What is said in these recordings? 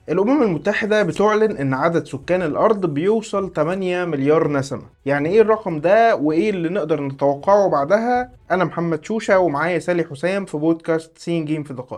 الأمم المتحدة بتعلن إن عدد سكان الأرض بيوصل 8 مليار نسمة. يعني إيه الرقم ده وإيه اللي نقدر نتوقعه بعدها؟ أنا محمد شوشة ومعايا سالي حسام في بودكاست سين جيم في دقائق.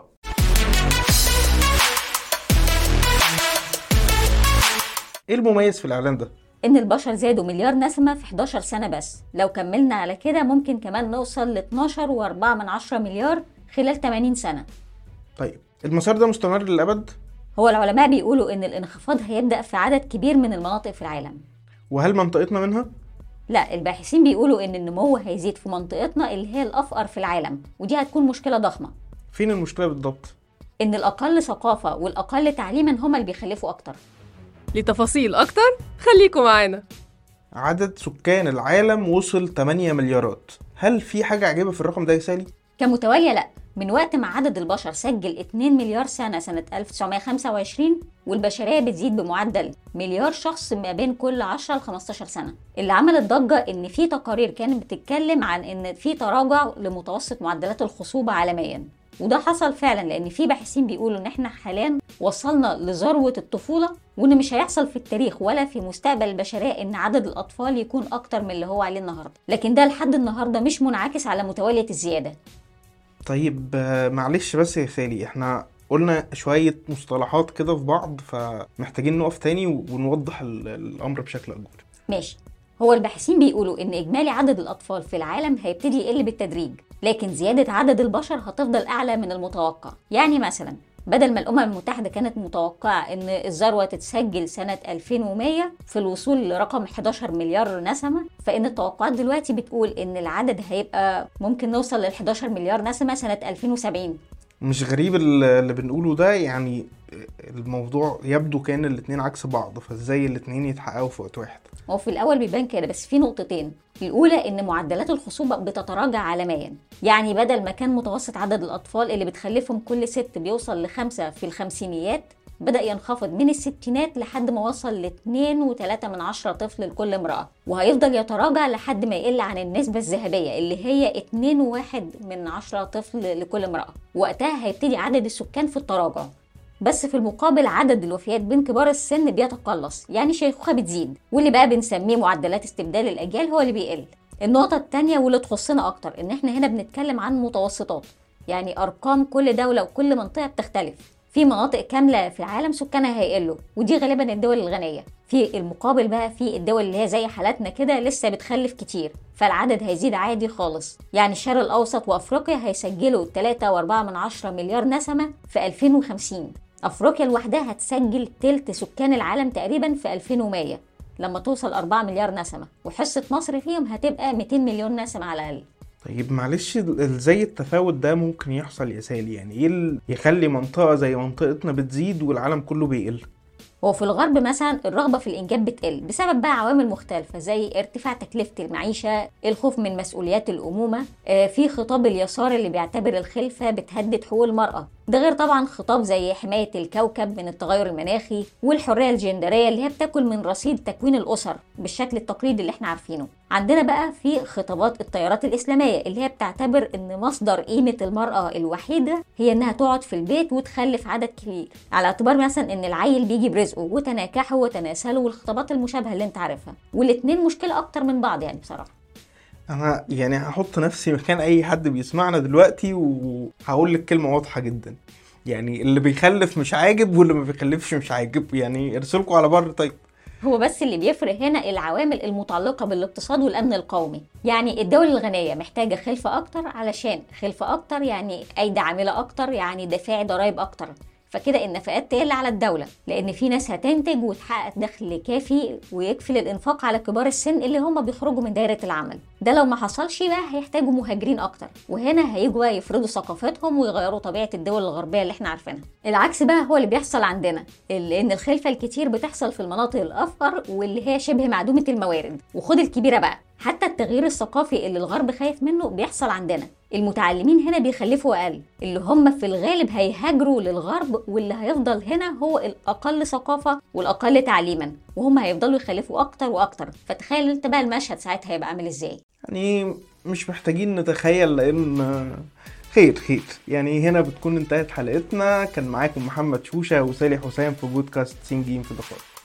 إيه المميز في الإعلان ده؟ إن البشر زادوا مليار نسمة في 11 سنة بس. لو كملنا على كده ممكن كمان نوصل ل 12.4 مليار خلال 80 سنة. طيب المسار ده مستمر للأبد؟ هو العلماء بيقولوا إن الانخفاض هيبدأ في عدد كبير من المناطق في العالم. وهل منطقتنا منها؟ لا، الباحثين بيقولوا إن النمو هيزيد في منطقتنا اللي هي الأفقر في العالم، ودي هتكون مشكلة ضخمة. فين المشكلة بالضبط؟ إن الأقل ثقافة والأقل تعليما هما اللي بيخلفوا أكتر. لتفاصيل أكتر خليكم معانا. عدد سكان العالم وصل 8 مليارات. هل في حاجة عجيبة في الرقم ده يا سالي؟ كمتوالية لا، من وقت ما عدد البشر سجل 2 مليار سنة 1925 والبشرية بتزيد بمعدل مليار شخص ما بين كل 10 ل 15 سنة. اللي عملت ضجة إن في تقارير كانت بتتكلم عن إن في تراجع لمتوسط معدلات الخصوبة عالميا، وده حصل فعلا لأن في باحثين بيقولوا إن إحنا حاليا وصلنا لذروة الطفولة، وإن مش هيحصل في التاريخ ولا في مستقبل البشرية إن عدد الأطفال يكون أكتر من اللي هو عليه النهاردة، لكن ده لحد النهاردة مش منعكس على متوالية الزيادة. طيب معلش بس يا سالي، احنا قلنا شوية مصطلحات كده في بعض، فمحتاجين نقف تاني ونوضح الأمر بشكل أكبر. ماشي. هو الباحثين بيقولوا إن إجمالي عدد الأطفال في العالم هيبتدي يقل بالتدريج، لكن زيادة عدد البشر هتفضل أعلى من المتوقع. يعني مثلا بدل ما الأمم المتحدة كانت متوقعة إن الذروة تتسجل سنة 2100 في الوصول لرقم 11 مليار نسمة، فإن التوقعات دلوقتي بتقول إن العدد هيبقى ممكن نوصل لل 11 مليار نسمة سنة 2070. مش غريب اللي بنقوله ده؟ يعني الموضوع يبدو كان الاتنين عكس بعض، فازاي الاتنين يتحققوا في وقت واحد؟ هو في الأول بيبان كده، بس في نقطتين. الأولى إن معدلات الخصوبة بتتراجع عالميا. يعني بدل ما كان متوسط عدد الأطفال اللي بتخلفهم كل ست بيوصل ل5 في الخمسينيات، بدأ ينخفض من الستينات لحد ما وصل ل2.3 طفل لكل امرأة، وهيفضل يتراجع لحد ما يقل عن النسبة الذهبية اللي هي 2.1 طفل لكل امرأة. وقتها هيبتدي عدد السكان في التراجع. بس في المقابل عدد الوفيات بين كبار السن بيتقلص، يعني شيخوخة بتزيد، واللي بقى بنسميه معدلات استبدال الأجيال هو اللي بيقل. النقطة التانية واللي تخصنا أكتر إن إحنا هنا بنتكلم عن متوسطات، يعني أرقام كل دولة وكل منطقة بتختلف. في مناطق كاملة في العالم سكانها هيقلوا، ودي غالبا الدول الغنية. في المقابل بقى في الدول اللي هي زي حالاتنا كده لسه بتخلف كتير، فالعدد هيزيد عادي خالص. يعني الشرق الأوسط وأفريقيا هيسجلوا 3.4 مليار نسمة في 2050. أفريقيا لوحدها هتسجل تلت سكان العالم تقريبا في 2100 لما توصل 4 مليار نسمة، وحصة مصر فيهم هتبقى 200 مليون نسمة على الأقل. طيب معلش، ازاي التفاوت ده ممكن يحصل يا سالي؟ يعني ايه اللي يخلي منطقة زي منطقتنا بتزيد والعالم كله بيقل؟ هو في الغرب مثلا الرغبة في الإنجاب بتقل بسبب بقى عوامل مختلفة زي ارتفاع تكلفة المعيشة، الخوف من مسؤوليات الأمومة، في خطاب اليسار اللي بيعتبر الخلفة بتهدد حقوق المرأة. ده غير طبعا خطاب زي حماية الكوكب من التغير المناخي والحرية الجندرية اللي هي بتاكل من رصيد تكوين الأسر بالشكل التقليدي اللي احنا عارفينه. عندنا بقى في خطابات التيارات الإسلامية اللي هي بتعتبر ان مصدر قيمة المرأة الوحيدة هي انها تقعد في البيت وتخلف عدد كبير، على اعتبار مثلا ان العيل بيجي برزقه وتناكحه وتناسله والخطابات المشابهة اللي انت عارفها. والاتنين مشكلة اكتر من بعض يعني بصراحة. انا يعني هحط نفسي مكان اي حد بيسمعنا دلوقتي وهقول لك كلمة واضحة جدا. يعني اللي بيخلف مش عاجب واللي ما بيخلفش مش عاجب، يعني ارسلكوا على بر. طيب هو بس اللي بيفرق هنا العوامل المتعلقة بالاقتصاد والأمن القومي. يعني الدول الغنية محتاجة خلفة أكتر، علشان خلفة أكتر يعني أيدي عاملة أكتر، يعني دافعي ضرائب أكتر، فكده النفقات تقل على الدولة، لأن في ناس هتنتج وتحقق دخل كافي ويكفي للإنفاق على كبار السن اللي هم بيخرجوا من دائرة العمل. ده لو ما حصلش بقى هيحتاجوا مهاجرين أكتر، وهنا هيجوا يفرضوا ثقافتهم ويغيروا طبيعة الدول الغربية اللي احنا عارفينها. العكس بقى هو اللي بيحصل عندنا، لأن الخلفة الكتير بتحصل في المناطق الأفقر واللي هي شبه معدومة الموارد. وخد الكبيرة بقى، حتى التغيير الثقافي اللي الغرب خايف منه بيحصل عندنا. المتعلمين هنا بيخلفوا أقل، اللي هم في الغالب هيهاجروا للغرب، واللي هيفضل هنا هو الأقل ثقافة والأقل تعليما، وهم هيفضلوا يخلفوا أكتر وأكتر. فتخيل انت بقى المشهد ساعتها هيبقى عامل ازاي. يعني مش محتاجين نتخيل، لأن خير يعني هنا بتكون انتهت حلقتنا. كان معاكم محمد شوشة وسالي حسام في بودكاست سين جيم في دقائق.